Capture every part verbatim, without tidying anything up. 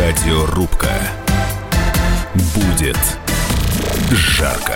Радиорубка. Будет жарко.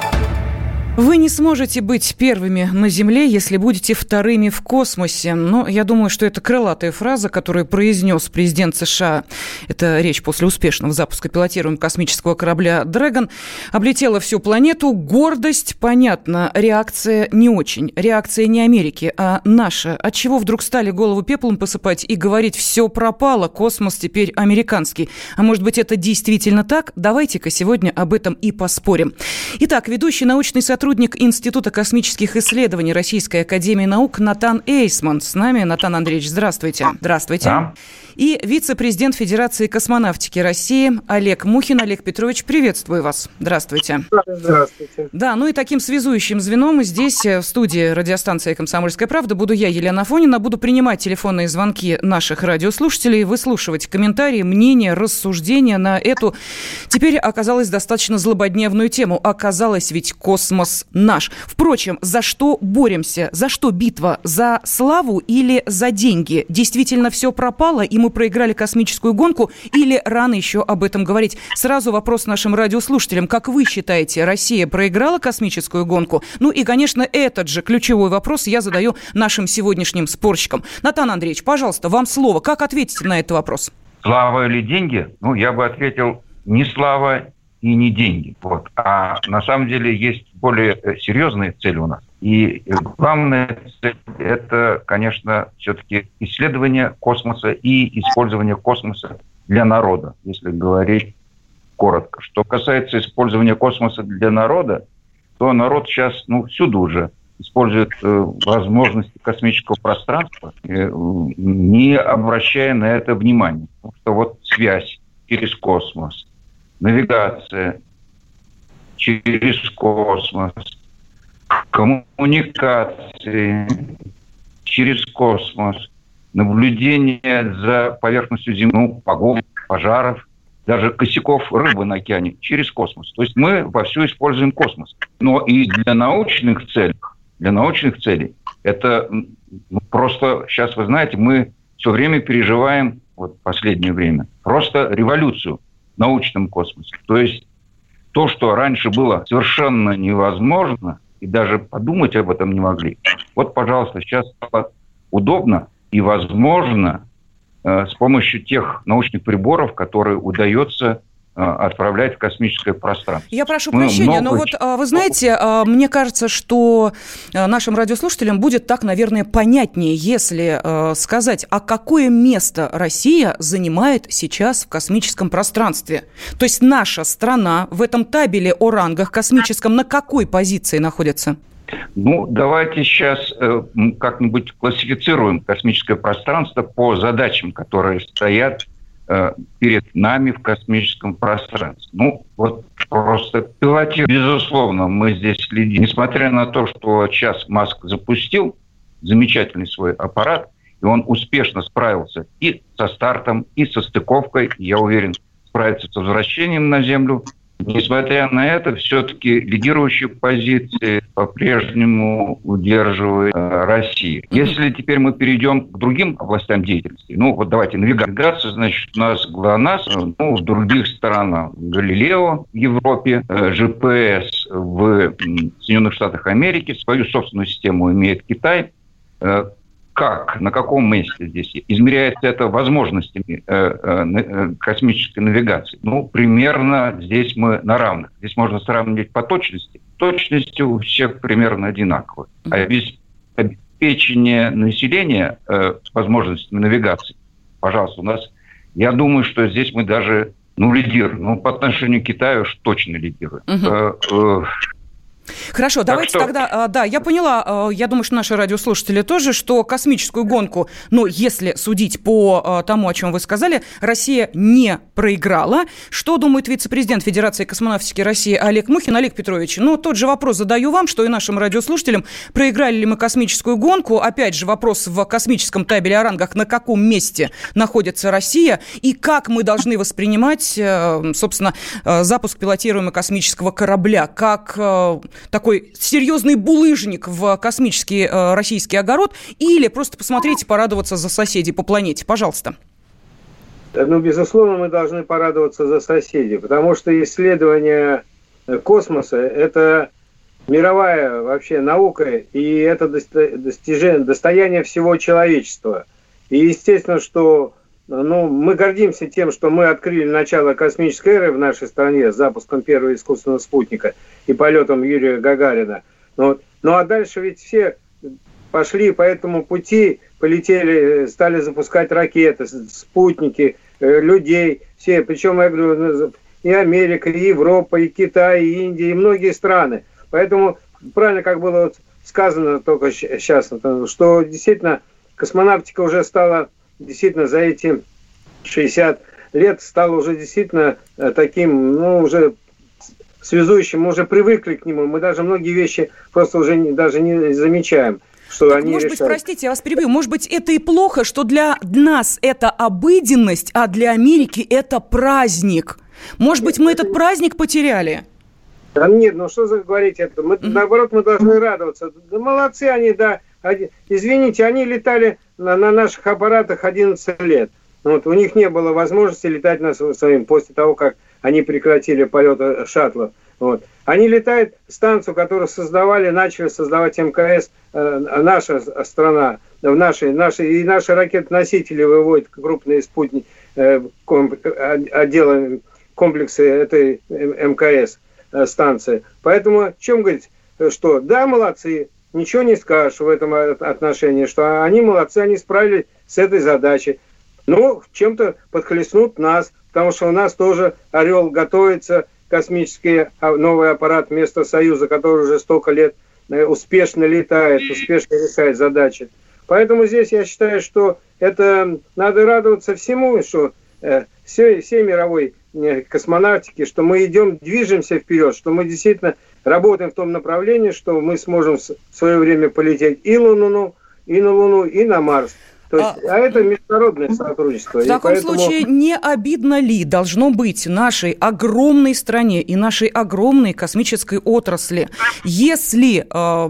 Вы не сможете быть первыми на Земле, если будете вторыми в космосе. Но я думаю, что это крылатая фраза, которую произнес президент США. Это речь после успешного запуска пилотируемого космического корабля «Dragon». Облетела всю планету. Гордость, понятно. Реакция не очень. Реакция не Америки, а наша. Отчего вдруг стали голову пеплом посыпать и говорить: все пропало, космос теперь американский. А может быть, это действительно так? Давайте-ка сегодня об этом и поспорим. Итак, ведущий научный сотрудник Сотрудник Института космических исследований Российской академии наук Натан Эйсман. С нами. Натан Андреевич, здравствуйте. Здравствуйте. Да. И вице-президент Федерации космонавтики России Олег Мухин. Олег Петрович, приветствую вас. Здравствуйте. Здравствуйте. Да, ну и таким связующим звеном здесь, в студии радиостанции «Комсомольская правда», буду я, Елена Афонина. Буду принимать телефонные звонки наших радиослушателей, выслушивать комментарии, мнения, рассуждения на эту, теперь оказалось, достаточно злободневную тему. Оказалось, ведь космос наш. Впрочем, за что боремся? За что битва? За славу или за деньги? Действительно все пропало, и мы проиграли космическую гонку, или рано еще об этом говорить? Сразу вопрос нашим радиослушателям. Как вы считаете, Россия проиграла космическую гонку? Ну и, конечно, этот же ключевой вопрос я задаю нашим сегодняшним спорщикам. Натан Андреевич, пожалуйста, вам слово. Как ответите на этот вопрос? Слава или деньги? Ну, я бы ответил: не слава и не деньги. Вот. А на самом деле есть более серьезные цели у нас. И главная цель – это, конечно, все-таки исследование космоса и использование космоса для народа, если говорить коротко. Что касается использования космоса для народа, то народ сейчас, ну, всюду уже использует э, возможности космического пространства, э, не обращая на это внимания. Потому что вот связь через космос, навигация через космос, коммуникации через космос, наблюдение за поверхностью Земли, ну, погоды, пожаров, даже косяков рыбы на океане через космос. То есть мы вовсю используем космос. Но и для научных целей, для научных целей это просто, сейчас вы знаете, мы все время переживаем, вот в последнее время, просто революцию в научном космосе. То есть то, что раньше было совершенно невозможно, и даже подумать об этом не могли. Вот, пожалуйста, сейчас стало удобно и возможно э, с помощью тех научных приборов, которые удается э, отправлять в космическое пространство. Я прошу Мы прощения, много... но вот вы знаете, мне кажется, что нашим радиослушателям будет так, наверное, понятнее, если э, сказать, а какое место Россия занимает сейчас в космическом пространстве. То есть наша страна в этом табеле о рангах космическом на какой позиции находится? Ну, давайте сейчас э, как-нибудь классифицируем космическое пространство по задачам, которые стоят э, перед нами в космическом пространстве. Ну, вот просто пилотируем. Безусловно, мы здесь следим. Несмотря на то, что сейчас Маск запустил замечательный свой аппарат, и он успешно справился и со стартом, и со стыковкой, я уверен, справится с возвращением на Землю. Несмотря на это, все-таки лидирующие позиции по-прежнему удерживает э, Россия. Если теперь мы перейдем к другим областям деятельности, ну вот давайте навигация, значит, у нас ГЛОНАСС, ну в других странах Галилео в Европе, э, джи пи эс в э, Соединенных Штатах Америки, свою собственную систему имеет Китай. Э, Как, на каком месте здесь измеряется это возможностями э, э, космической навигации? Ну, примерно здесь мы на равных. Здесь можно сравнивать по точности. Точность у всех примерно одинаковая. А обеспечение населения э, возможностями навигации, пожалуйста, у нас, я думаю, что здесь мы даже, ну, лидируем. Ну, по отношению к Китаю уж точно лидируем. Угу. Э, э, Хорошо, так давайте что... тогда, да, я поняла, я думаю, что наши радиослушатели тоже, что космическую гонку, ну, если судить по тому, о чем вы сказали, Россия не проиграла. Что думает вице-президент Федерации космонавтики России Олег Мухин? Олег Петрович, ну, тот же вопрос задаю вам, что и нашим радиослушателям. Проиграли ли мы космическую гонку? Опять же, вопрос в космическом табеле о рангах, на каком месте находится Россия, и как мы должны воспринимать, собственно, запуск пилотируемого космического корабля, как такой серьезный булыжник в космический э, российский огород, или просто посмотреть и порадоваться за соседей по планете? Пожалуйста. Ну, безусловно, мы должны порадоваться за соседей, потому что исследование космоса – это мировая вообще наука, и это достижение, достояние всего человечества. И естественно, что ну, мы гордимся тем, что мы открыли начало космической эры в нашей стране с запуском первого искусственного спутника и полетом Юрия Гагарина. Ну, ну а дальше ведь все пошли по этому пути, полетели, стали запускать ракеты, спутники, людей, все. Причем, я говорю, и Америка, и Европа, и Китай, и Индия, и многие страны. Поэтому правильно, как было вот сказано только сейчас, что действительно космонавтика уже стала, действительно за эти шестьдесят лет стала уже действительно таким, ну, уже связующим, мы уже привыкли к нему, мы даже многие вещи просто уже не, даже не замечаем. Что так, они может решают. быть, простите, я вас перебью, может быть, это и плохо, что для нас это обыденность, а для Америки это праздник. Может быть, мы этот праздник потеряли? Да нет, ну что за говорить это? Мы, mm-hmm. Наоборот, мы должны радоваться. Да молодцы они, да. Извините, они летали на, на наших аппаратах одиннадцать лет. Вот, у них не было возможности летать на своим после того, как они прекратили полет шаттлов. Вот. Они летают станцию, которую создавали, начали создавать МКС, э, наша страна, в нашей, наши, и наши ракеты-носители выводят крупные спутники, э, комп, отделы, комплексы этой МКС э, станции. Поэтому о чем говорить, что да, молодцы, ничего не скажешь в этом отношении, что они молодцы, они справились с этой задачей. Но чем-то подхлестнут нас, потому что у нас тоже «Орел» готовится, космический новый аппарат вместо «Союза», который уже столько лет успешно летает, успешно решает задачи. Поэтому здесь я считаю, что это надо радоваться всему, что э, всей, всей мировой э, космонавтике, что мы идем, движемся вперед, что мы действительно работаем в том направлении, что мы сможем в свое время полететь и Луну, и на Луну, и на Марс. То есть, а, а это международное сотрудничество. В таком поэтому... случае не обидно ли должно быть нашей огромной стране и нашей огромной космической отрасли, если э,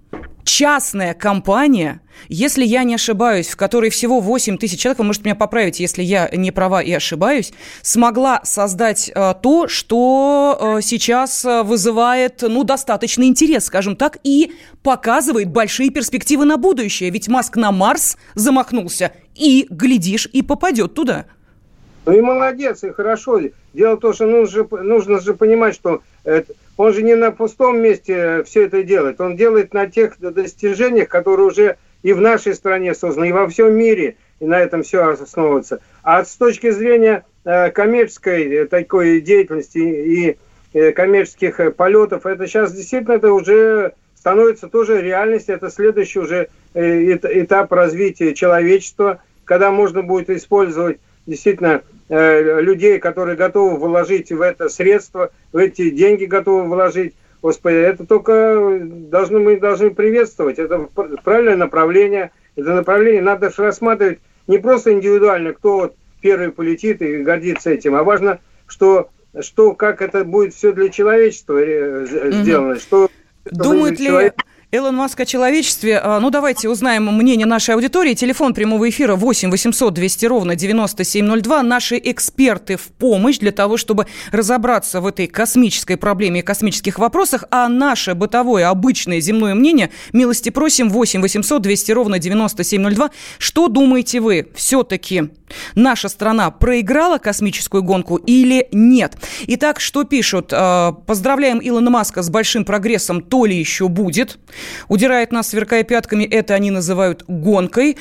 частная компания, если я не ошибаюсь, в которой всего восемь тысяч человек, вы можете меня поправить, если я не права и ошибаюсь, смогла создать э, то, что э, сейчас вызывает, ну, достаточный интерес, скажем так, и показывает большие перспективы на будущее. Ведь Маск на Марс замахнулся, и, глядишь, и попадет туда. Ну и молодец, и хорошо. Дело в том, что нужно, нужно же понимать, что это, он же не на пустом месте все это делает. Он делает на тех достижениях, которые уже и в нашей стране созданы, и во всем мире, и на этом все основывается. А с точки зрения э, коммерческой такой деятельности и э, коммерческих э, полетов, это сейчас действительно это уже становится тоже реальностью. Это следующий уже э, этап развития человечества, когда можно будет использовать действительно э, людей, которые готовы вложить в это средства, в эти деньги готовы вложить. Господи, это только должны, мы должны приветствовать. Это правильное направление. Это направление надо рассматривать не просто индивидуально, кто вот первый полетит и гордится этим, а важно, что, что как это будет все для человечества сделано. Mm-hmm. Что, Думают ли... Человек... Илон Маск о человечестве. Ну, давайте узнаем мнение нашей аудитории. Телефон прямого эфира восемь восемьсот двести ровно девяносто семь ноль два. Наши эксперты в помощь для того, чтобы разобраться в этой космической проблеме и космических вопросах. А наше бытовое, обычное земное мнение, милости просим, восемь восемьсот двести ровно девяносто семь ноль два. Что думаете вы? Все-таки наша страна проиграла космическую гонку или нет? Итак, что пишут? Поздравляем Илона Маска с большим прогрессом, то ли еще будет. Удирает нас, сверкая пятками, это они называют гонкой.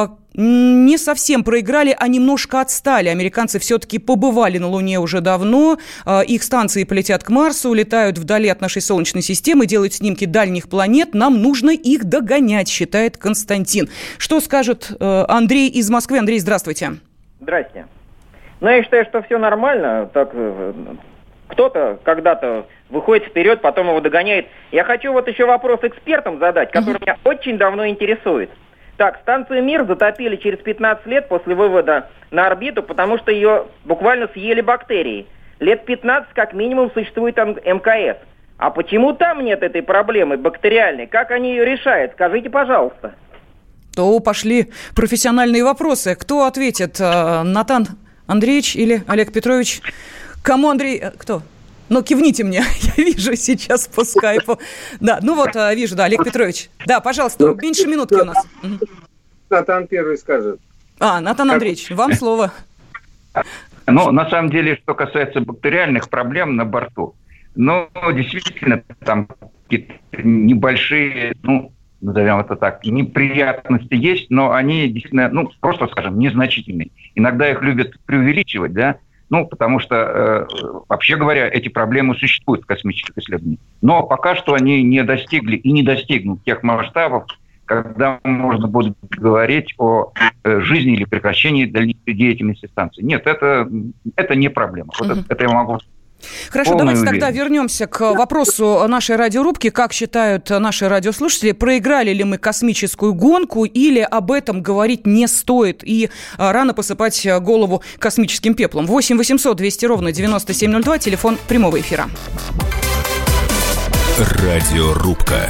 Не совсем проиграли, а немножко отстали. Американцы все-таки побывали на Луне уже давно. Их станции полетят к Марсу, летают вдали от нашей Солнечной системы, делают снимки дальних планет. Нам нужно их догонять, считает Константин. Что скажет Андрей из Москвы? Андрей, здравствуйте. Здрасте. Ну, я считаю, что все нормально. Так, кто-то когда-то выходит вперед, потом его догоняет. Я хочу вот еще вопрос экспертам задать, который меня очень давно интересует. Так, станцию «Мир» затопили через пятнадцать лет после вывода на орбиту, потому что ее буквально съели бактерии. Лет пятнадцать как минимум существует МКС. А почему там нет этой проблемы бактериальной? Как они ее решают? Скажите, пожалуйста. То пошли профессиональные вопросы. Кто ответит? Натан Андреевич или Олег Петрович? Кому Андрей... Кто? Ну, кивните мне, я вижу сейчас по скайпу. Да, ну вот, вижу, да, Олег Петрович. Да, пожалуйста, меньше минутки у нас. Натан первый скажет. А, Натан Андреевич, вам слово. Ну, на самом деле, что касается бактериальных проблем на борту, ну, действительно, там какие-то небольшие, ну, назовем это так, неприятности есть, но они действительно, ну, просто, скажем, незначительные. Иногда их любят преувеличивать, да, ну, потому что, э, вообще говоря, эти проблемы существуют в космических исследованиях. Но пока что они не достигли и не достигнут тех масштабов, когда можно будет говорить о э, жизни или прекращении дальнейшей деятельности станции. Нет, это, это не проблема. Вот угу. это, это я могу... Хорошо, Полная давайте уверенность. тогда вернемся к вопросу нашей радиорубки. Как считают наши радиослушатели, проиграли ли мы космическую гонку или об этом говорить не стоит и а, рано посыпать голову космическим пеплом? восемь восемьсот двести ровно девяносто семь ноль два, телефон прямого эфира. Радиорубка.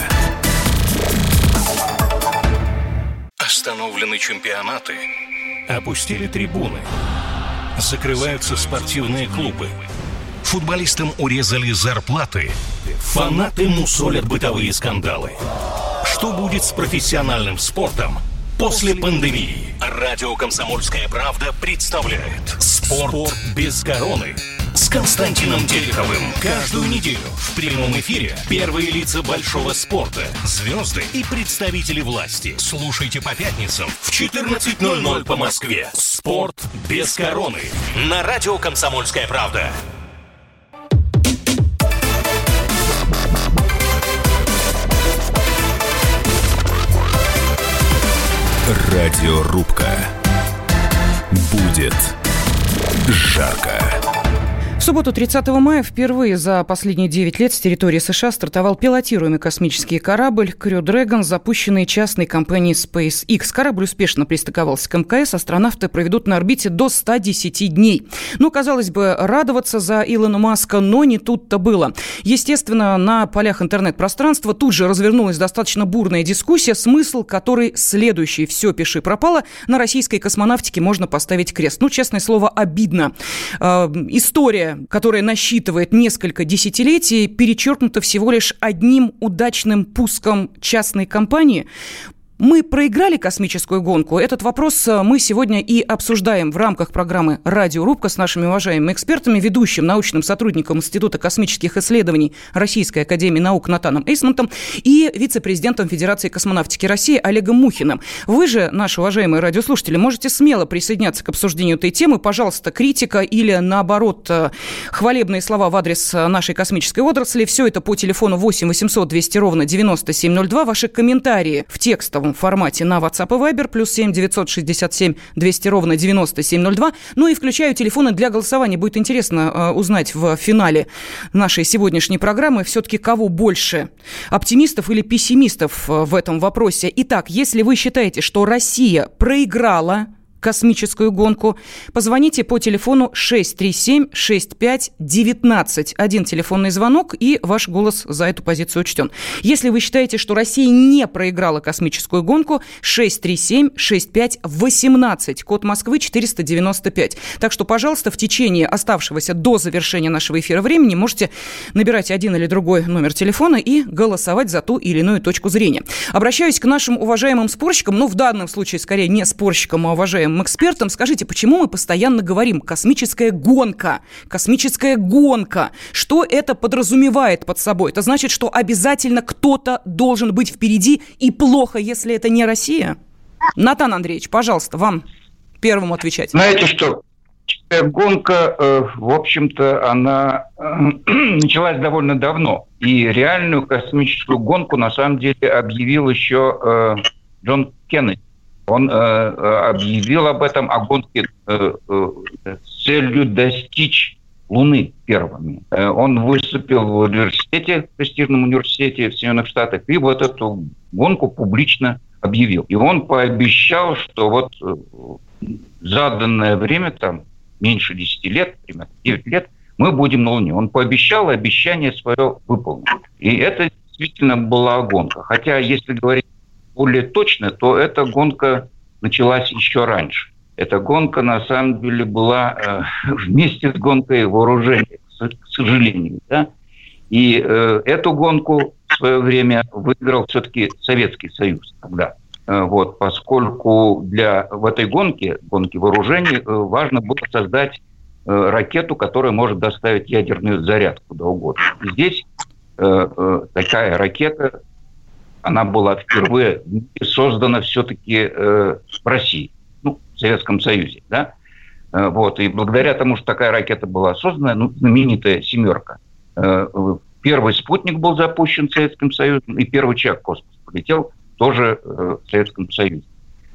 Остановлены чемпионаты, опустили трибуны, закрываются спортивные клубы. Футболистам урезали зарплаты. Фанаты мусолят бытовые скандалы. Что будет с профессиональным спортом после пандемии? Радио «Комсомольская правда» представляет «Спорт без короны» с Константином Тереховым. Каждую неделю в прямом эфире первые лица большого спорта, звезды и представители власти. Слушайте по пятницам в четырнадцать ноль ноль по Москве. «Спорт без короны» на радио «Комсомольская правда». Радиорубка. Будет жарко. В субботу, тридцатого мая, впервые за последние девять лет с территории США стартовал пилотируемый космический корабль Crew Dragon, запущенный частной компанией SpaceX. Корабль успешно пристыковался к эм ка эс, астронавты проведут на орбите до ста десяти дней. Ну, казалось бы, радоваться за Илона Маска, но не тут-то было. Естественно, на полях интернет-пространства тут же развернулась достаточно бурная дискуссия, смысл которой следующий: все, пиши пропало, на российской космонавтике можно поставить крест. Ну, честное слово, обидно. Э, история, которая насчитывает несколько десятилетий, перечеркнута всего лишь одним удачным пуском частной компании. Мы проиграли космическую гонку? Этот вопрос мы сегодня и обсуждаем в рамках программы «Радиорубка» с нашими уважаемыми экспертами, ведущим научным сотрудником Института космических исследований Российской академии наук Натаном Эйсмонтом и вице-президентом Федерации космонавтики России Олегом Мухиным. Вы же, наши уважаемые радиослушатели, можете смело присоединяться к обсуждению этой темы. Пожалуйста, критика или, наоборот, хвалебные слова в адрес нашей космической отрасли. Все это по телефону восемь восемьсот двести ровно девяносто семь ноль два. Ваши комментарии в текстовом формате на WhatsApp и Viber, плюс семь девятьсот шестьдесят семь двести ровно девяносто семь ноль два. Ну и включаю телефоны для голосования. Будет интересно э, узнать в финале нашей сегодняшней программы все-таки кого больше, оптимистов или пессимистов э, в этом вопросе. Итак, если вы считаете, что Россия проиграла космическую гонку, позвоните по телефону шесть три семь шесть пять девятнадцать. Один телефонный звонок, и ваш голос за эту позицию учтен. Если вы считаете, что Россия не проиграла космическую гонку, шесть три семь шесть пять восемнадцать. Код Москвы четыреста девяносто пять. Так что, пожалуйста, в течение оставшегося до завершения нашего эфира времени можете набирать один или другой номер телефона и голосовать за ту или иную точку зрения. Обращаюсь к нашим уважаемым спорщикам, ну, в данном случае, скорее, не спорщикам, а уважаемым экспертам. Скажите, почему мы постоянно говорим «космическая гонка», «космическая гонка»? Что это подразумевает под собой? Это значит, что обязательно кто-то должен быть впереди, и плохо, если это не Россия? Натан Андреевич, пожалуйста, вам первому отвечать. Знаете что, гонка, э, в общем-то, она э, началась довольно давно. И реальную космическую гонку, на самом деле, объявил еще э, Джон Кеннеди. Он э, объявил об этом, о гонке э, э, с целью достичь Луны первыми. Э, он выступил в университете, в престижном университете в Соединенных Штатах, и вот эту гонку публично объявил. И он пообещал, что вот э, заданное время, там меньше десяти лет, примерно девять лет, мы будем на Луне. Он пообещал, и обещание свое выполнил. И это действительно была гонка. Хотя, если говорить более точно, то эта гонка началась еще раньше. эта гонка на самом деле была э, вместе с гонкой вооружений, к сожалению. Да? И э, эту гонку в свое время выиграл все-таки Советский Союз тогда. Э, вот, поскольку для, в этой гонке, гонке вооружений, э, важно было создать э, ракету, которая может доставить ядерный заряд куда угодно. И здесь э, э, такая ракета, она была впервые создана все-таки э, в России, ну, в Советском Союзе. Да? Э, вот, и благодаря тому, что такая ракета была создана, ну, знаменитая «семерка», первый спутник был запущен Советским Союзом, и первый человек в космос полетел тоже в Советском Союзе.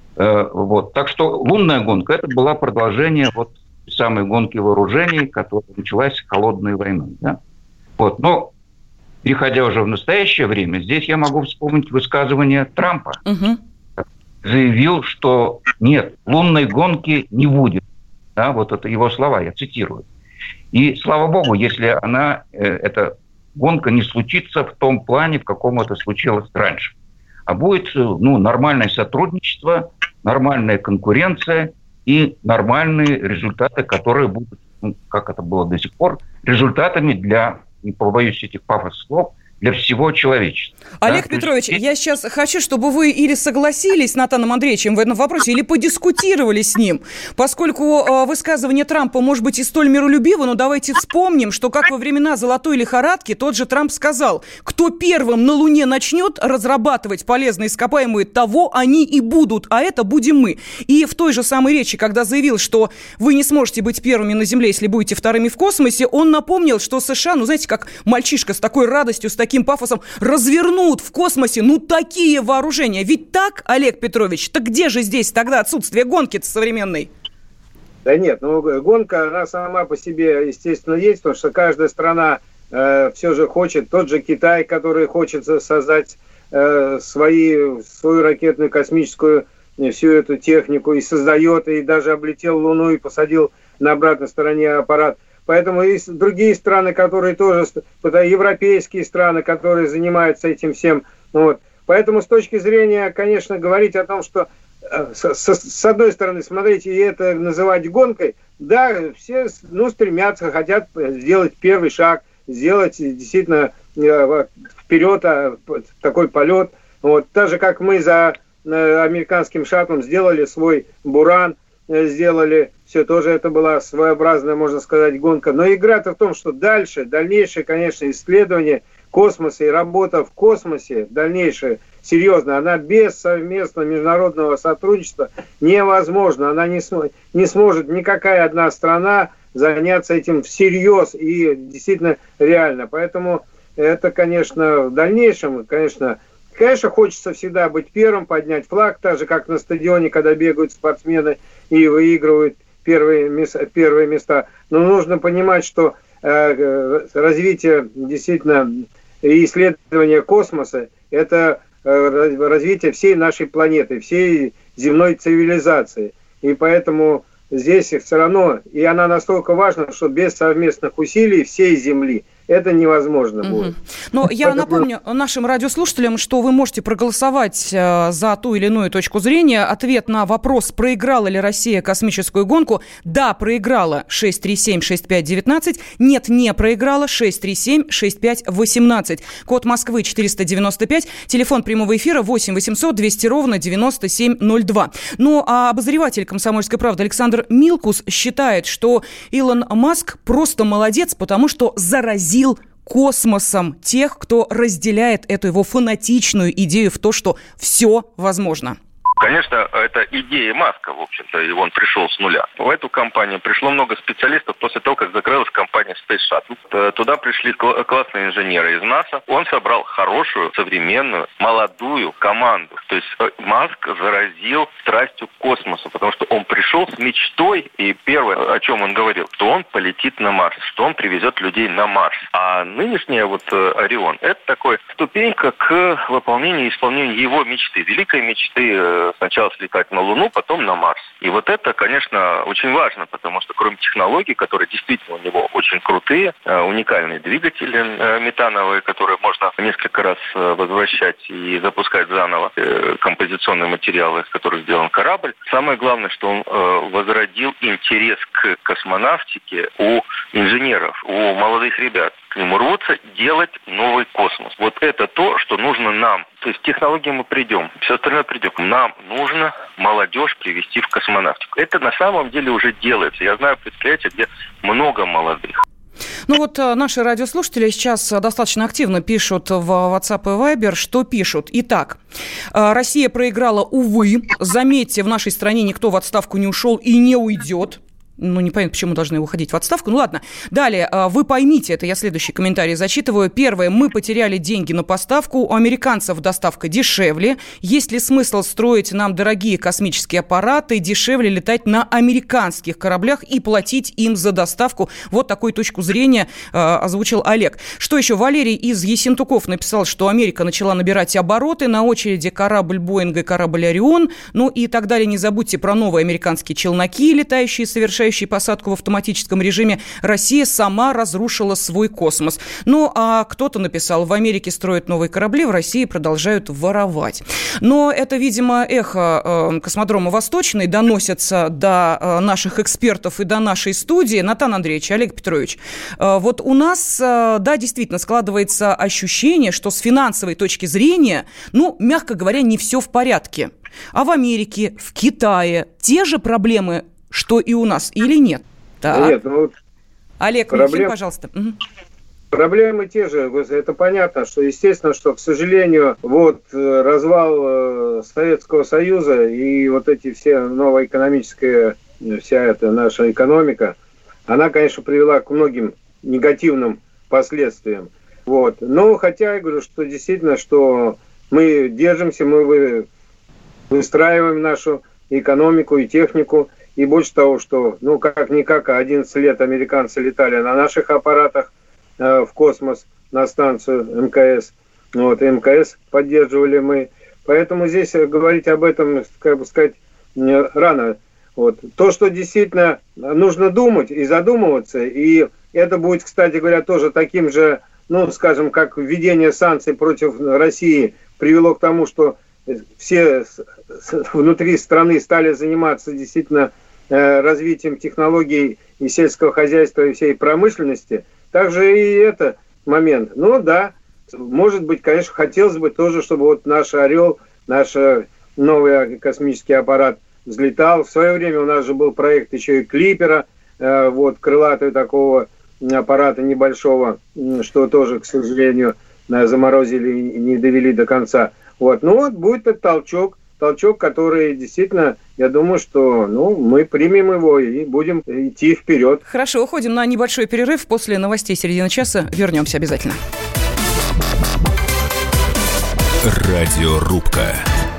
Вот. Так что лунная гонка – это было продолжение вот самой гонки вооружений, которая началась холодной войной. Да? Вот. Но, переходя уже в настоящее время, здесь я могу вспомнить высказывание Трампа. Угу. Заявил, что нет, лунной гонки не будет. Да? Вот это его слова, я цитирую. И, слава богу, если она, э, эта гонка не случится в том плане, в каком это случилось раньше. А будет ну, нормальное сотрудничество, нормальная конкуренция и нормальные результаты, которые будут, ну, как это было до сих пор, результатами для, не побоюсь этих пафосных слов, для всего человечества. Олег да? Петрович, есть... я сейчас хочу, чтобы вы или согласились с Натаном Андреевичем в этом вопросе, или подискутировали с ним, поскольку э, высказывание Трампа может быть и столь миролюбиво, но давайте вспомним, что как во времена золотой лихорадки тот же Трамп сказал, кто первым на Луне начнет разрабатывать полезные ископаемые, того они и будут, а это будем мы. И в той же самой речи, когда заявил, что вы не сможете быть первыми на Земле, если будете вторыми в космосе, он напомнил, что США, ну знаете, как мальчишка с такой радостью, с таким таким пафосом развернут в космосе, ну, такие вооружения. Ведь так, Олег Петрович, так где же здесь тогда отсутствие гонки-то современной? Да нет, ну, гонка, она сама по себе, естественно, есть, потому что каждая страна э, все же хочет, тот же Китай, который хочет создать э, свои, свою ракетную космическую всю эту технику и создает, и даже облетел Луну и посадил на обратной стороне аппарат. Поэтому есть другие страны, которые тоже, европейские страны, которые занимаются этим всем. Вот. Поэтому с точки зрения, конечно, говорить о том, что с, с одной стороны, смотрите, и это называть гонкой, да, все ну, стремятся, хотят сделать первый шаг, сделать действительно вперед такой полет. Вот. Так же, как мы за американским шаттлом сделали свой «Буран», сделали, все, тоже это была своеобразная, можно сказать, гонка. Но игра-то в том, что дальше, дальнейшее, конечно, исследование космоса и работа в космосе, дальнейшая, серьезно, она без совместного международного сотрудничества невозможна. Она не, см- не сможет никакая одна страна заняться этим всерьез и действительно реально. Поэтому это, конечно, в дальнейшем, конечно, Конечно, хочется всегда быть первым, поднять флаг, так же, как на стадионе, когда бегают спортсмены и выигрывают первые, места, первые места. Но нужно понимать, что э, развитие действительно и исследование космоса – это э, развитие всей нашей планеты, всей земной цивилизации. И поэтому здесь все равно, и она настолько важна, что без совместных усилий всей Земли это невозможно будет. Угу. Но я Поэтому... напомню нашим радиослушателям, что вы можете проголосовать э, за ту или иную точку зрения. Ответ на вопрос, проиграла ли Россия космическую гонку. Да, проиграла, шесть три семь шесть пять девятнадцать. Нет, не проиграла, шесть три семь шесть пять восемнадцать. Код Москвы четыреста девяносто пять. Телефон прямого эфира восемь восемьсот двести ровно девяносто семь ноль два. Ну, а обозреватель «Комсомольской правды» Александр Милкус считает, что Илон Маск просто молодец, потому что заразил космосом тех, кто разделяет эту его фанатичную идею в то, что все возможно. Конечно, это идея Маска, в общем-то, и он пришел с нуля. В эту компанию пришло много специалистов после того, как закрылась компания Space Shuttle. Туда пришли классные инженеры из НАСА. Он собрал хорошую, современную, молодую команду. То есть Маск заразил страстью к космосу, потому что он пришел с мечтой, и первое, о чем он говорил, что он полетит на Марс, что он привезет людей на Марс. А нынешняя вот Орион, это такой ступенька к выполнению и исполнению его мечты, великой мечты сначала слетать запускать на Луну, потом на Марс. И вот это, конечно, очень важно, потому что кроме технологий, которые действительно у него очень крутые, уникальные двигатели метановые, которые можно несколько раз возвращать и запускать заново, композиционные материалы, из которых сделан корабль. Самое главное, что он возродил интерес к космонавтике у инженеров, у молодых ребят. К нему рвутся делать новый космос. Вот это то, что нужно нам. То есть технологии мы придем, все остальное придет. Нам нужно молодежь привести в космонавтику. Это на самом деле уже делается. Я знаю предприятия, где много молодых. Ну вот наши радиослушатели сейчас достаточно активно пишут в WhatsApp и Viber, что пишут. Итак, Россия проиграла, увы. Заметьте, в нашей стране никто в отставку не ушел и не уйдет. Ну, непонятно, почему должны уходить в отставку. Ну, ладно. Далее, вы поймите, это я следующий комментарий зачитываю. Первое. Мы потеряли деньги на поставку. У американцев доставка дешевле. Есть ли смысл строить нам дорогие космические аппараты, дешевле летать на американских кораблях и платить им за доставку? Вот такую точку зрения э, озвучил Олег. Что еще? Валерий из Ессентуков написал, что Америка начала набирать обороты. На очереди корабль «Боинг» и корабль «Орион». Ну и так далее. Не забудьте про новые американские челноки, летающие, совершающие посадку в автоматическом режиме. Россия сама разрушила свой космос. Ну, а кто-то написал, в Америке строят новые корабли, в России продолжают воровать. Но это, видимо, эхо э, космодрома «Восточный» доносится до э, наших экспертов и до нашей студии. Натан Андреевич, Олег Петрович, э, вот у нас, э, да, действительно складывается ощущение, что с финансовой точки зрения, ну, мягко говоря, не все в порядке. А в Америке, в Китае те же проблемы, что и у нас, или нет? Так. Нет, ну вот Олег, проблем... Михаил, пожалуйста. Угу. Проблемы те же. Это понятно, что, естественно, что, к сожалению, вот развал Советского Союза и вот эти все новая экономическая, вся эта наша экономика, она, конечно, привела к многим негативным последствиям. Вот. Но хотя я говорю, что действительно, что мы держимся, мы выстраиваем нашу экономику и технику. И больше того, что, ну, как-никак, одиннадцать лет американцы летали на наших аппаратах э, в космос, на станцию эм ка эс. Вот, эм ка эс поддерживали мы. Поэтому здесь говорить об этом, как бы сказать, рано. Вот. То, что действительно нужно думать и задумываться, и это будет, кстати говоря, тоже таким же, ну, скажем, как введение санкций против России привело к тому, что все внутри страны стали заниматься действительно развитием технологий и сельского хозяйства, и всей промышленности. Также и это момент. Ну да, может быть, конечно, хотелось бы тоже, чтобы вот наш «Орел», наш новый космический аппарат взлетал. В свое время у нас же был проект еще и «Клипера», вот, крылатого такого аппарата небольшого, что тоже, к сожалению, заморозили и не довели до конца. Вот. Ну вот будет этот толчок, толчок, который действительно, я думаю, что ну, мы примем его и будем идти вперед. Хорошо, уходим на небольшой перерыв. После новостей середины часа вернемся обязательно. Радиорубка.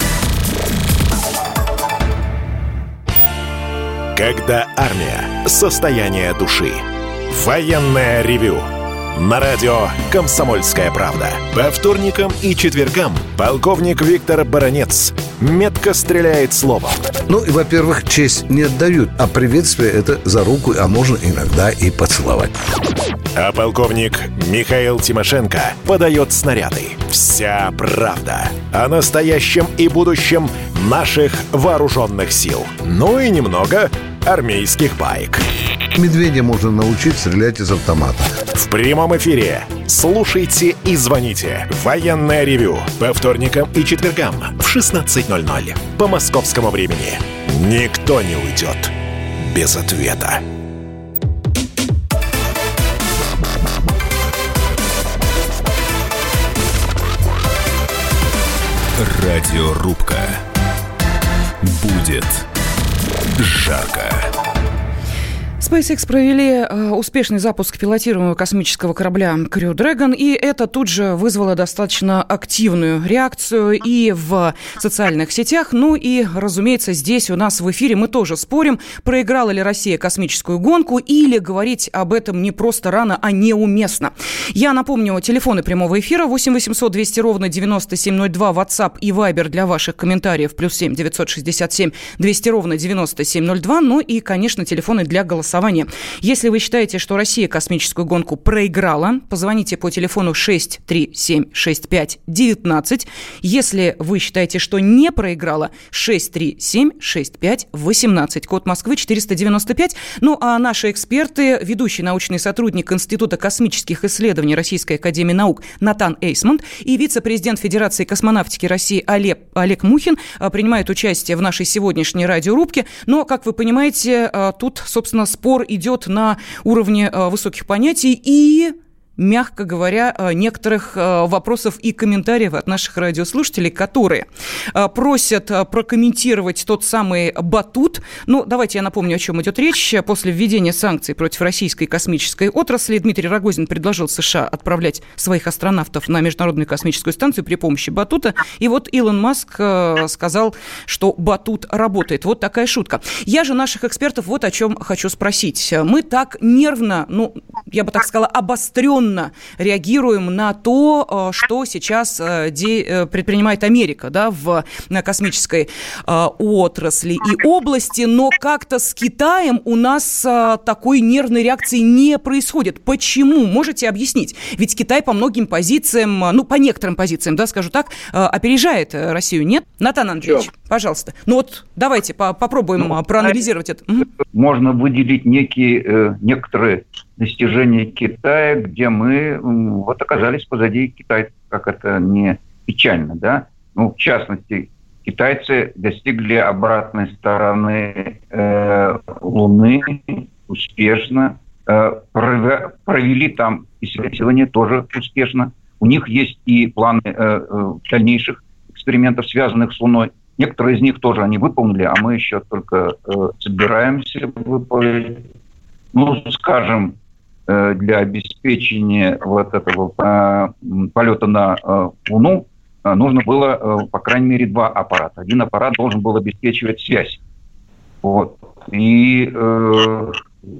Когда армия. Состояние души. Военное ревю. На радио «Комсомольская правда». По вторникам и четвергам полковник Виктор Баранец метко стреляет словом. Ну, и, во-первых, честь не отдают, а приветствие — это за руку, а можно иногда и поцеловать. А полковник Михаил Тимошенко подает снаряды. Вся правда о настоящем и будущем наших вооруженных сил. Ну и немного армейских баек. Медведя можно научить стрелять из автомата. В прямом эфире. Слушайте и звоните. Военное ревю. По вторникам и четвергам в шестнадцать ноль ноль. По московскому времени. Никто не уйдет без ответа. Радиорубка. Будет жарко. С SpaceX провели э, успешный запуск пилотируемого космического корабля Crew Dragon, и это тут же вызвало достаточно активную реакцию и в социальных сетях. Ну и, разумеется, здесь у нас в эфире мы тоже спорим, проиграла ли Россия космическую гонку, или говорить об этом не просто рано, а неуместно. Я напомню, телефоны прямого эфира восемь восемьсот двести ровно девяносто семь ноль два, WhatsApp и Viber для ваших комментариев плюс семь девятьсот шестьдесят семь двести ровно девяносто семь ноль два, ну и, конечно, телефоны для голосования. Если вы считаете, что Россия космическую гонку проиграла, позвоните по телефону шесть три семь шесть пять девятнадцать. Если вы считаете, что не проиграла, шесть три семь шесть пять восемнадцать. Код Москвы четыреста девяносто пять. Ну а наши эксперты, ведущий научный сотрудник Института космических исследований Российской академии наук Натан Эйсмонт и вице-президент Федерации космонавтики России Олег, Олег Мухин принимают участие в нашей сегодняшней радиорубке. Но, как вы понимаете, тут, собственно, спор идет на уровне э, высоких понятий и, мягко говоря, э, некоторых э, вопросов и комментариев от наших радиослушателей, которые э, просят э, прокомментировать тот самый батут. Ну, давайте я напомню, о чем идет речь. После введения санкций против российской космической отрасли Дмитрий Рогозин предложил США отправлять своих астронавтов на Международную космическую станцию при помощи батута. И вот Илон Маск э, сказал, что батут работает. Вот такая шутка. Я же наших экспертов вот о чем хочу спросить. Мы так нервно, ну, я бы так сказала, обостренно реагируем на то, что сейчас предпринимает Америка, да, в космической отрасли и области, но как-то с Китаем у нас такой нервной реакции не происходит. Почему? Можете объяснить? Ведь Китай по многим позициям, ну, по некоторым позициям, да, скажу так, опережает Россию, нет? Натан Андреевич, Все. пожалуйста. Ну вот давайте по- попробуем ну, проанализировать это. Можно выделить некие, э, некоторые достижения Китая, где мы вот оказались позади китайцев, как это не печально, да. Ну, в частности, китайцы достигли обратной стороны э, Луны успешно, э, провели там исследования тоже успешно. У них есть и планы э, э, дальнейших экспериментов, связанных с Луной. Некоторые из них тоже они выполнили, а мы еще только э, собираемся выполнить. Ну, скажем, э, для обеспечения вот этого э, полета на э, Луну э, нужно было, э, по крайней мере, два аппарата. Один аппарат должен был обеспечивать связь. Вот. И э,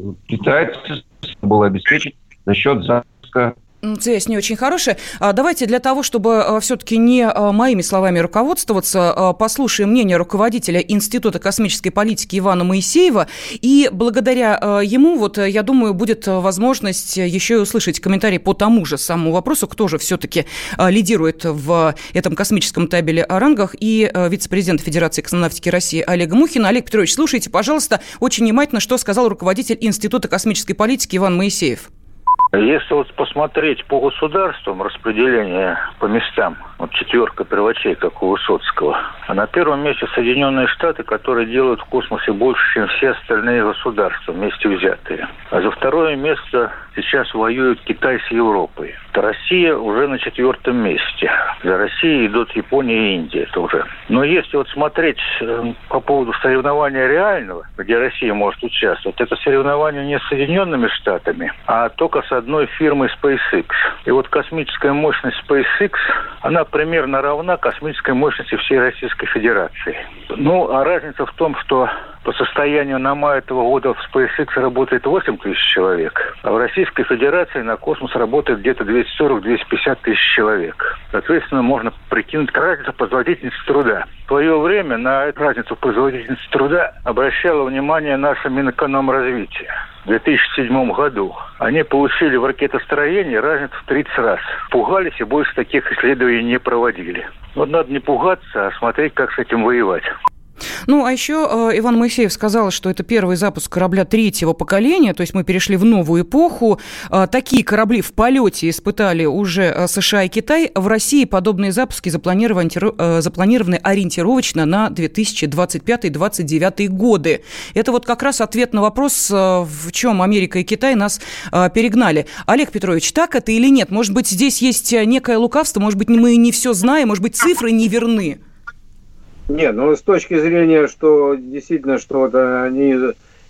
китайцы было обеспечить за счет запуска. Связь не очень хорошая. Давайте для того, чтобы все-таки не моими словами руководствоваться, послушаем мнение руководителя Института космической политики Ивана Моисеева. И благодаря ему, вот, я думаю, будет возможность еще и услышать комментарий по тому же самому вопросу, кто же все-таки лидирует в этом космическом табеле о рангах, и вице-президент Федерации космонавтики России Олег Мухин. Олег Петрович, слушайте, пожалуйста, очень внимательно, что сказал руководитель Института космической политики Иван Моисеев. Если вот посмотреть по государствам распределение по местам, вот четверка первачей, как у Высоцкого, а на первом месте Соединенные Штаты, которые делают в космосе больше, чем все остальные государства вместе взятые. А за второе место сейчас воюют Китай с Европой. Россия уже на четвертом месте. За Россией идут Япония и Индия тоже. Но если вот смотреть э, по поводу соревнования реального, где Россия может участвовать, это соревнование не с Соединенными Штатами, а только с одной фирмой SpaceX. И вот космическая мощность SpaceX, она примерно равна космической мощности всей Российской Федерации. Ну, а разница в том, что по состоянию на май этого года в SpaceX работает восемь тысяч человек, а в Российской Федерации на космос работает где-то двести сорок - двести пятьдесят тысяч человек. Соответственно, можно прикинуть разницу производительности труда. В свое время на эту разницу производительности труда обращало внимание наше Минэкономразвитие. В две тысячи седьмом году они получили в ракетостроении разницу в тридцать раз. Пугались и больше таких исследований не проводили. Вот надо не пугаться, а смотреть, как с этим воевать. Ну, а еще э, Иван Моисеев сказал, что это первый запуск корабля третьего поколения, то есть мы перешли в новую эпоху. Э, такие корабли в полете испытали уже э, США и Китай. В России подобные запуски запланированы, э, запланированы ориентировочно на две тысячи двадцать пятый - двадцать девятый годы. Это вот как раз ответ на вопрос, э, в чем Америка и Китай нас э, перегнали. Олег Петрович, так это или нет? Может быть, здесь есть некое лукавство, может быть, мы не все знаем, может быть, цифры не верны? Нет, ну с точки зрения, что действительно, что вот они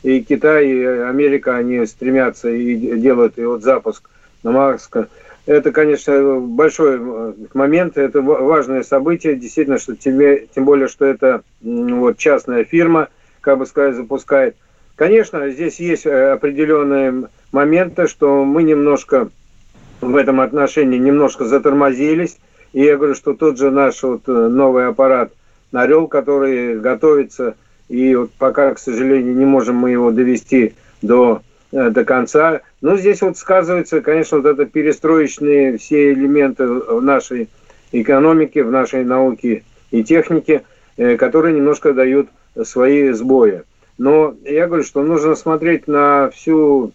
и Китай, и Америка, они стремятся и делают и вот запуск на Марса. Это, конечно, большой момент, это важное событие, действительно, что тебе, тем более, что это вот, частная фирма, как бы сказать, запускает. Конечно, здесь есть определенные моменты, что мы немножко в этом отношении немножко затормозились. И я говорю, что тот же наш вот новый аппарат «Орел», который готовится, и вот пока, к сожалению, не можем мы его довести до, до конца. Но здесь вот сказывается, конечно, вот это перестроечные все элементы в нашей экономике, в нашей науке и технике, которые немножко дают свои сбои. Но я говорю, что нужно смотреть на всю,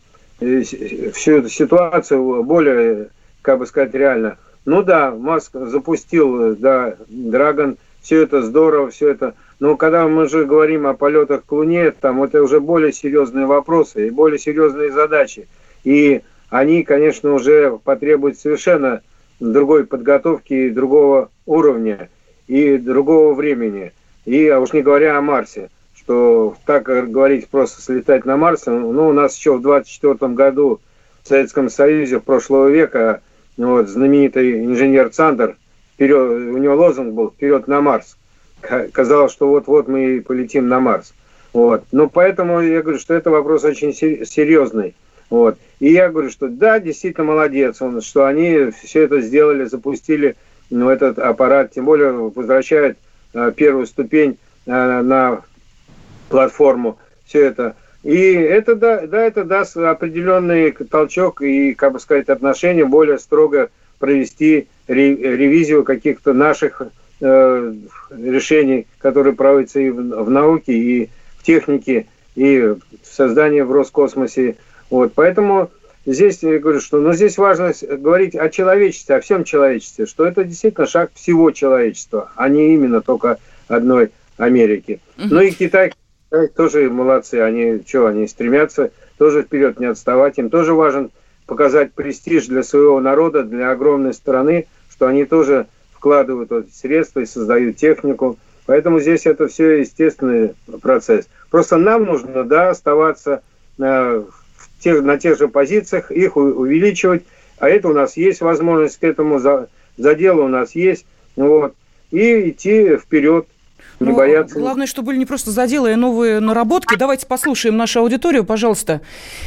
всю эту ситуацию более, как бы сказать, реально. Ну да, Маск запустил, да, Драгон, все это здорово, все это. Но когда мы же говорим о полетах к Луне, там это уже более серьезные вопросы и более серьезные задачи. И они, конечно, уже потребуют совершенно другой подготовки и другого уровня, и другого времени. И, а уж не говоря о Марсе, что так говорить просто слетать на Марс, ну, у нас еще в двадцать четвёртом году в Советском Союзе прошлого века вот, знаменитый инженер Цандер, вперед, у него лозунг был «Вперед на Марс». Казалось, что вот-вот мы полетим на Марс. Вот. Ну, поэтому я говорю, что это вопрос очень серьезный. Вот. И я говорю, что да, действительно молодец, он, что они все это сделали, запустили ну, этот аппарат, тем более возвращают а, первую ступень а, на платформу, все это. И это, да, да, это даст определенный толчок и, как бы сказать, отношения более строго провести ревизию каких-то наших э, решений, которые проводятся и в, в науке, и в технике, и в создании в Роскосмосе. Вот. Поэтому здесь, я говорю, что ну, здесь важно говорить о человечестве, о всем человечестве, что это действительно шаг всего человечества, а не именно только одной Америки. Mm-hmm. Ну и Китай тоже молодцы, они что, они стремятся тоже вперед не отставать, им тоже важен показать престиж для своего народа, для огромной страны, что они тоже вкладывают вот средства и создают технику. Поэтому здесь это все естественный процесс. Просто нам нужно, да, оставаться э, в тех, на тех же позициях, их увеличивать, а это у нас есть возможность к этому, за, задел у нас есть, вот, и идти вперед. Не ну, бояться. Главное, чтобы были не просто заделы, а новые наработки. Давайте послушаем нашу аудиторию, пожалуйста.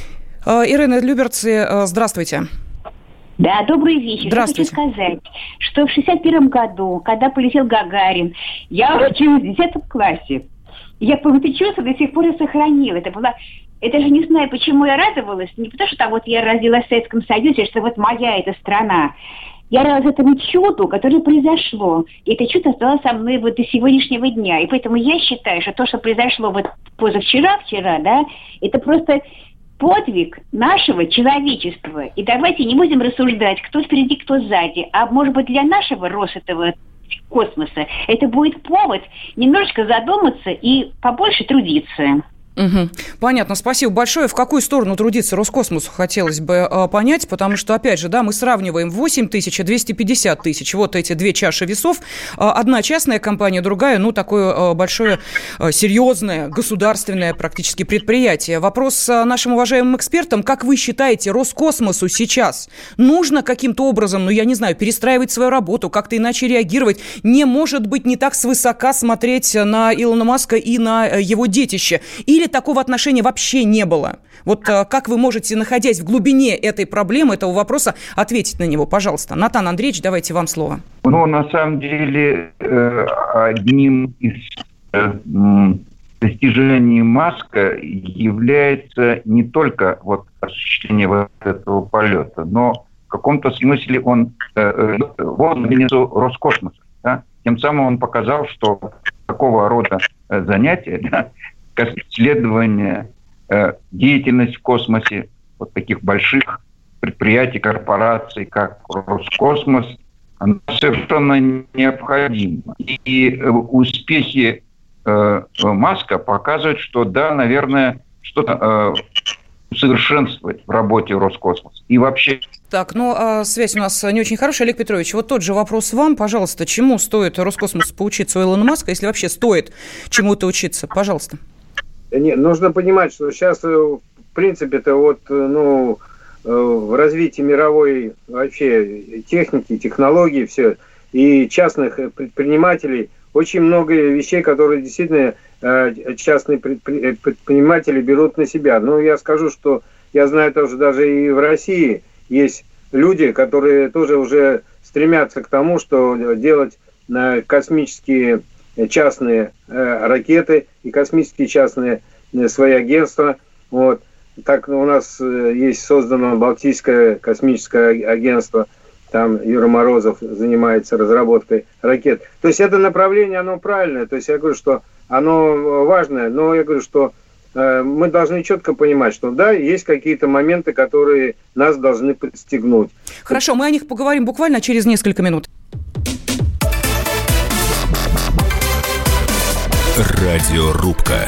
Ирина Люберцы, здравствуйте. Да, добрый вечер. Здравствуйте. Я хочу сказать, что в шестьдесят первом году, когда полетел Гагарин, я училась в десятом классе. Я это чувство до сих пор и сохранила. Это была... Это же не знаю, почему я радовалась. Не потому, что там вот я родилась в Советском Союзе, что вот моя эта страна. Я радовалась этому чуду, которое произошло. И это чудо осталось со мной вот до сегодняшнего дня. И поэтому я считаю, что то, что произошло вот позавчера, вчера, да, это просто подвиг нашего человечества. И давайте не будем рассуждать, кто впереди, кто сзади. А может быть, для нашего роста этого космоса это будет повод немножечко задуматься и побольше трудиться. Угу. Понятно, спасибо большое. В какую сторону трудиться Роскосмосу хотелось бы э, понять, потому что, опять же, да, мы сравниваем восемь тысяч и двести пятьдесят тысяч. Вот эти две чаши весов. Э, одна частная компания, другая, ну, такое э, большое, э, серьезное, государственное практически предприятие. Вопрос э, нашим уважаемым экспертам. Как вы считаете, Роскосмосу сейчас нужно каким-то образом, ну, я не знаю, перестраивать свою работу, как-то иначе реагировать? Не может быть не так свысока смотреть на Илона Маска и на его детище? Или такого отношения вообще не было? Вот как вы можете, находясь в глубине этой проблемы, этого вопроса, ответить на него? Пожалуйста. Натан Андреевич, давайте вам слово. Ну, на самом деле, одним из достижений Маска является не только вот осуществление вот этого полета, но в каком-то смысле он ввел Роскосмоса. Да? Тем самым он показал, что такого рода занятия, да, исследование, деятельность в космосе вот таких больших предприятий, корпораций, как Роскосмос, она совершенно необходима. И успехи э, Маска показывают, что да, наверное, что-то э, усовершенствовать в работе Роскосмоса. И вообще... Так, ну, а связь у нас не очень хорошая. Олег Петрович, вот тот же вопрос вам, пожалуйста. Чему стоит Роскосмосу поучиться у Илона Маска, если вообще стоит чему-то учиться? Пожалуйста. Не, нужно понимать, что сейчас, в принципе-то, вот, ну, в развитии мировой вообще техники, технологий, все, и частных предпринимателей, очень много вещей, которые действительно частные предприниматели берут на себя. Но я скажу, что я знаю тоже даже и в России есть люди, которые тоже уже стремятся к тому, что делать космические частные э, ракеты и космические частные э, свои агентства. Вот. Так у нас э, есть создано Балтийское космическое агентство, там Юра Морозов занимается разработкой ракет. То есть это направление, оно правильное, то есть я говорю, что оно важное, но я говорю, что э, мы должны четко понимать, что да, есть какие-то моменты, которые нас должны подстегнуть. Хорошо, мы о них поговорим буквально через несколько минут. Радиорубка.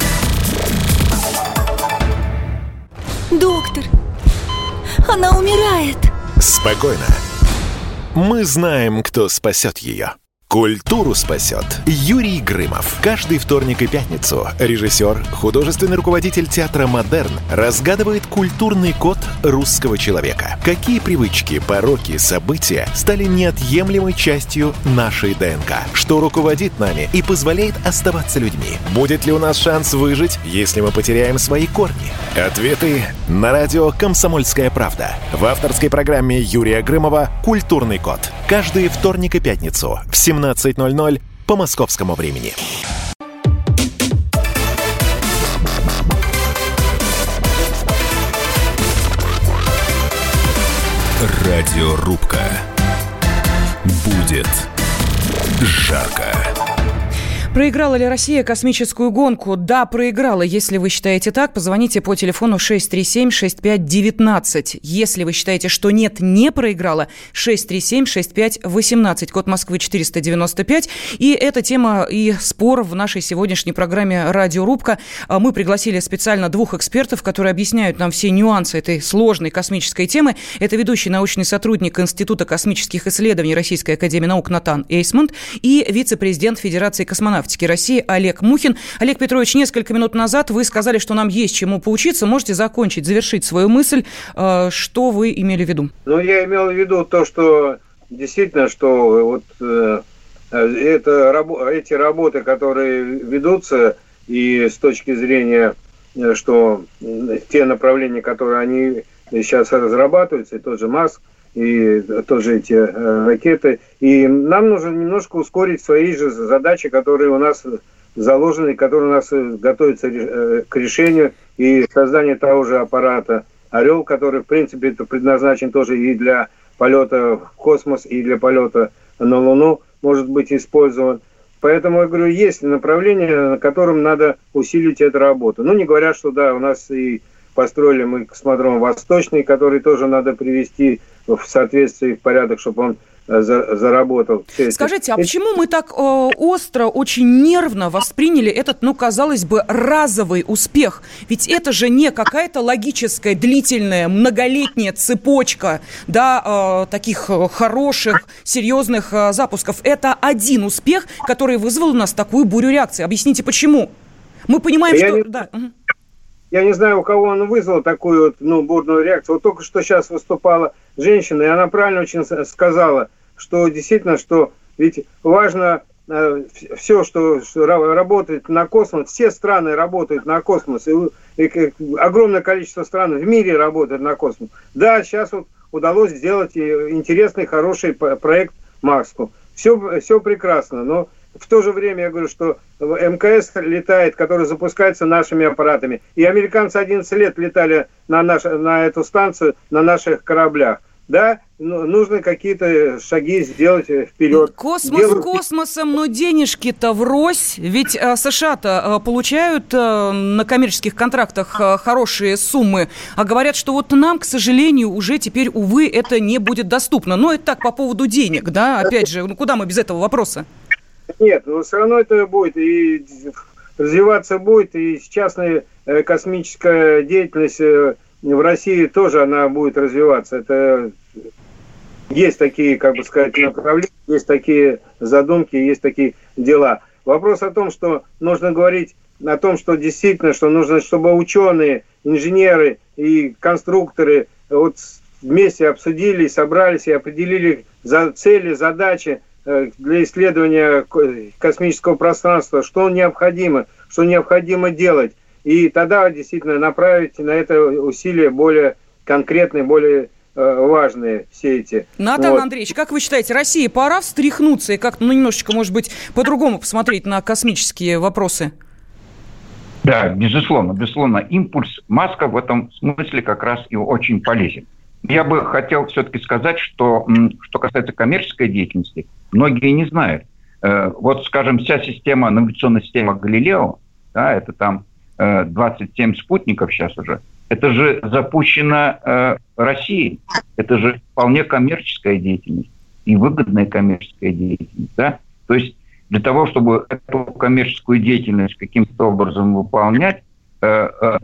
Доктор, она умирает. Спокойно. Мы знаем, кто спасет ее. Культуру спасет Юрий Грымов. Каждый вторник и пятницу режиссер, художественный руководитель театра «Модерн» разгадывает культурный код русского человека. Какие привычки, пороки, события стали неотъемлемой частью нашей ДНК? Что руководит нами и позволяет оставаться людьми? Будет ли у нас шанс выжить, если мы потеряем свои корни? Ответы на радио «Комсомольская правда» в авторской программе Юрия Грымова «Культурный код». Каждый вторник и пятницу в семнадцать ноль ноль по московскому времени. Радиорубка. Будет жарко. Проиграла ли Россия космическую гонку? Да, проиграла. Если вы считаете так, позвоните по телефону шесть три семь шесть пять один девять. Если вы считаете, что нет, не проиграла, шесть три семь шесть пять один восемь, код Москвы четыреста девяносто пять. И эта тема и спор в нашей сегодняшней программе «Радиорубка». Мы пригласили специально двух экспертов, которые объясняют нам все нюансы этой сложной космической темы. Это ведущий научный сотрудник Института космических исследований Российской академии наук Натан Эйсмонт и вице-президент Федерации космонавтики России Олег Мухин. Олег Петрович, несколько минут назад вы сказали, что нам есть чему поучиться. Можете закончить, завершить свою мысль. Что вы имели в виду? Ну, я имел в виду то, что действительно, что вот э, это, эти работы, которые ведутся, и с точки зрения, что те направления, которые они сейчас разрабатываются, и тот же Маск, и тоже эти э, ракеты. И нам нужно немножко ускорить свои же задачи, которые у нас заложены, которые у нас готовятся э, к решению. И создание того же аппарата «Орел», который, в принципе, это предназначен тоже и для полета в космос, и для полета на Луну, может быть использован. Поэтому, я говорю, есть направление, на котором надо усилить эту работу. Ну, не говоря, что да, у нас и построили мы космодром Восточный, который тоже надо привести в соответствии, в порядок, чтобы он за, заработал. Скажите, а почему мы так э, остро, очень нервно восприняли этот, ну, казалось бы, разовый успех? Ведь это же не какая-то логическая, длительная, многолетняя цепочка, да, э, таких хороших, серьезных э, запусков. Это один успех, который вызвал у нас такую бурю реакции. Объясните, почему? Мы понимаем, Я что... не... Да. Я не знаю, у кого он вызвал такую вот, ну, бурную реакцию. Вот только что сейчас выступала женщина, и она правильно очень сказала, что действительно, что ведь важно э, все, что, что работает на космос, все страны работают на космос, и, и огромное количество стран в мире работает на космос. Да, сейчас вот удалось сделать интересный, хороший проект Маску. Все, все прекрасно, но в то же время я говорю, что МКС летает, который запускается нашими аппаратами. И американцы одиннадцать лет летали на, наш, на эту станцию на наших кораблях. Да, ну, нужно какие-то шаги сделать вперед. Космос Делать... космосом, но денежки-то врозь. Ведь э, США-то э, получают э, на коммерческих контрактах э, хорошие суммы. А говорят, что вот нам, к сожалению, уже теперь, увы, это не будет доступно. Но это так по поводу денег, да? Опять же, ну куда мы без этого вопроса? Нет, но все равно это будет, и развиваться будет, и частная э, космическая деятельность э, в России тоже она будет развиваться. Это есть такие, как бы сказать, направления, есть такие задумки, есть такие дела. Вопрос о том, что нужно говорить о том, что действительно, что нужно, чтобы ученые, инженеры и конструкторы вот вместе обсудили, собрались и определили за цели, задачи для исследования космического пространства, что необходимо, что необходимо делать. И тогда действительно направить на это усилия более конкретные, более важные все эти. Натан вот. Андреевич, как вы считаете, России пора встряхнуться и как-то, ну, немножечко, может быть, по-другому посмотреть на космические вопросы? Да, безусловно, безусловно. Импульс Маска в этом смысле как раз и очень полезен. Я бы хотел все-таки сказать, что, что касается коммерческой деятельности, многие не знают. Вот, скажем, вся система, навигационная система Галилео, да, это там двадцать семь спутников сейчас уже, это же запущено э, Россией. Это же вполне коммерческая деятельность и выгодная коммерческая деятельность. Да? То есть для того, чтобы эту коммерческую деятельность каким-то образом выполнять, э, э,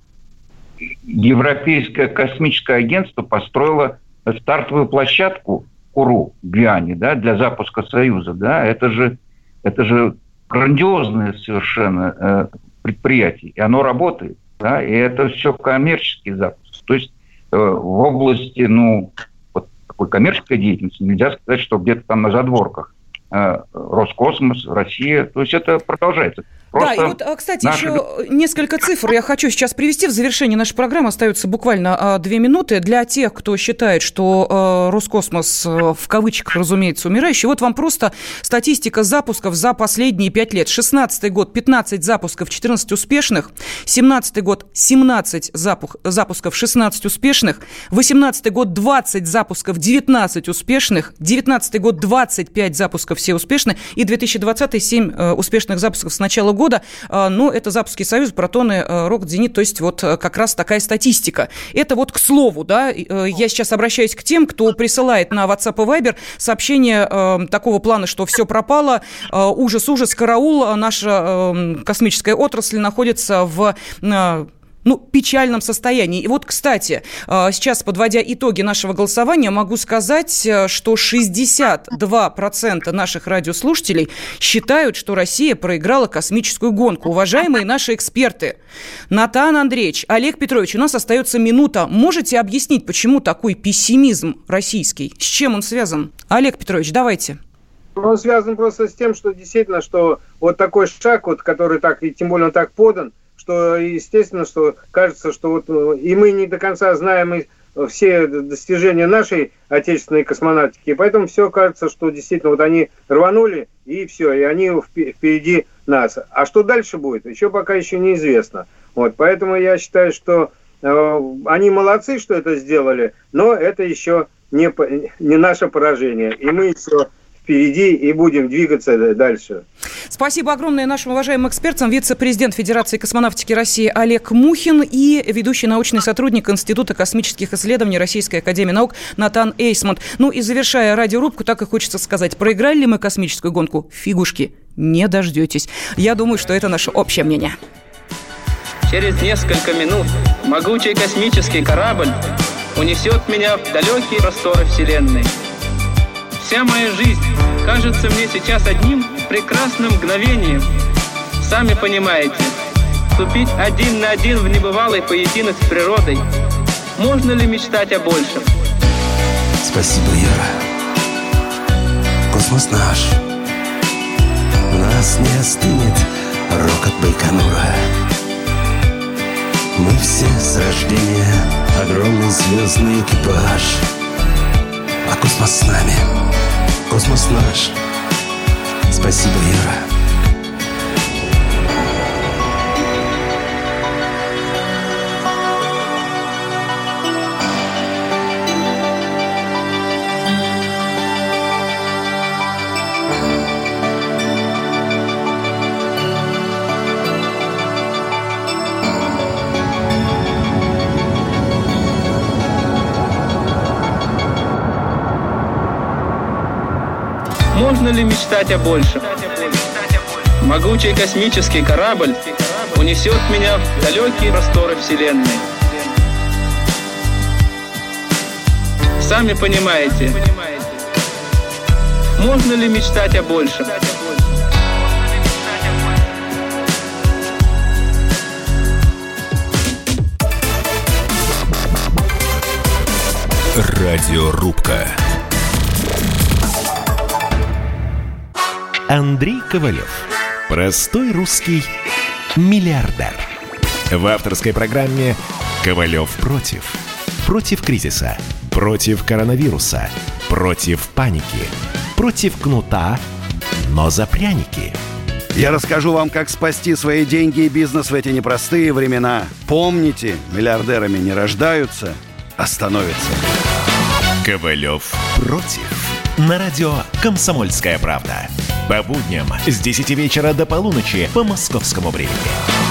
Европейское космическое агентство построило стартовую площадку Куру, Гвиане, да, для запуска Союза. Да? Это же, это же грандиозное совершенно э, предприятие, и оно работает. Да, и это все коммерческий запуск. То есть э, в области, ну, вот такой коммерческой деятельности нельзя сказать, что где-то там на задворках э, Роскосмос, Россия. То есть это продолжается. Просто да, и вот, кстати, наши... еще несколько цифр я хочу сейчас привести. В завершении нашей программы остается буквально две минуты. Для тех, кто считает, что э, Роскосмос, э, в кавычках, разумеется, умирающий, вот вам просто статистика запусков за последние пять лет. шестнадцатый год – пятнадцать запусков, четырнадцать успешных. семнадцатый год – семнадцать запух, запусков, шестнадцать успешных. восемнадцатый год – двадцать запусков, девятнадцать успешных. девятнадцатый год – двадцать пять запусков, все успешны. И две тысячи двадцатый – семь э, успешных запусков с начала года. года, ну, это запуски Союза, Протоны, Рокет, Зенит, то есть вот как раз такая статистика. Это вот к слову, да, я сейчас обращаюсь к тем, кто присылает на WhatsApp и Viber сообщение э, такого плана, что все пропало, э, ужас, ужас, караул, наша э, космическая отрасль находится в... Э, ну, печальном состоянии. И вот, кстати, сейчас, подводя итоги нашего голосования, могу сказать, что шестьдесят два процента наших радиослушателей считают, что Россия проиграла космическую гонку. Уважаемые наши эксперты, Натан Андреевич, Олег Петрович, у нас остается минута. Можете объяснить, почему такой пессимизм российский? С чем он связан? Олег Петрович, давайте. Он связан просто с тем, что действительно, что вот такой шаг, вот, который так, и тем более он так подан, что, естественно, что кажется, что вот и мы не до конца знаем все достижения нашей отечественной космонавтики, и поэтому все кажется, что действительно вот они рванули, и все, и они впереди нас. А что дальше будет, еще пока еще неизвестно. Вот, поэтому я считаю, что э, они молодцы, что это сделали, но это еще не, не наше поражение, и мы еще... впереди и будем двигаться дальше. Спасибо огромное нашим уважаемым экспертам. Вице-президент Федерации космонавтики России Олег Мухин и ведущий научный сотрудник Института космических исследований Российской академии наук Натан Эйсмонт. Ну и завершая радиорубку, так и хочется сказать, проиграли ли мы космическую гонку? Фигушки, не дождетесь. Я думаю, что это наше общее мнение. Через несколько минут могучий космический корабль унесет меня в далекие просторы Вселенной. Вся моя жизнь кажется мне сейчас одним прекрасным мгновением. Сами понимаете, вступить один на один в небывалый поединок с природой. Можно ли мечтать о большем? Спасибо, Юра. Космос наш. У нас не остынет рокот Байконура. Мы все с рождения огромный звездный экипаж. А космос с нами. Космос наш. Спасибо, Юра. Можно ли мечтать о большем? Могучий космический корабль унесет меня в далекие просторы Вселенной. Сами понимаете, можно ли мечтать о большем? Радиорубка. Андрей Ковалев. Простой русский миллиардер. В авторской программе «Ковалев против». Против кризиса, против коронавируса, против паники, против кнута, но за пряники. Я расскажу вам, как спасти свои деньги и бизнес в эти непростые времена. Помните, миллиардерами не рождаются, а становятся. Ковалев против. На радио «Комсомольская правда». По будням с десяти вечера до полуночи по московскому времени.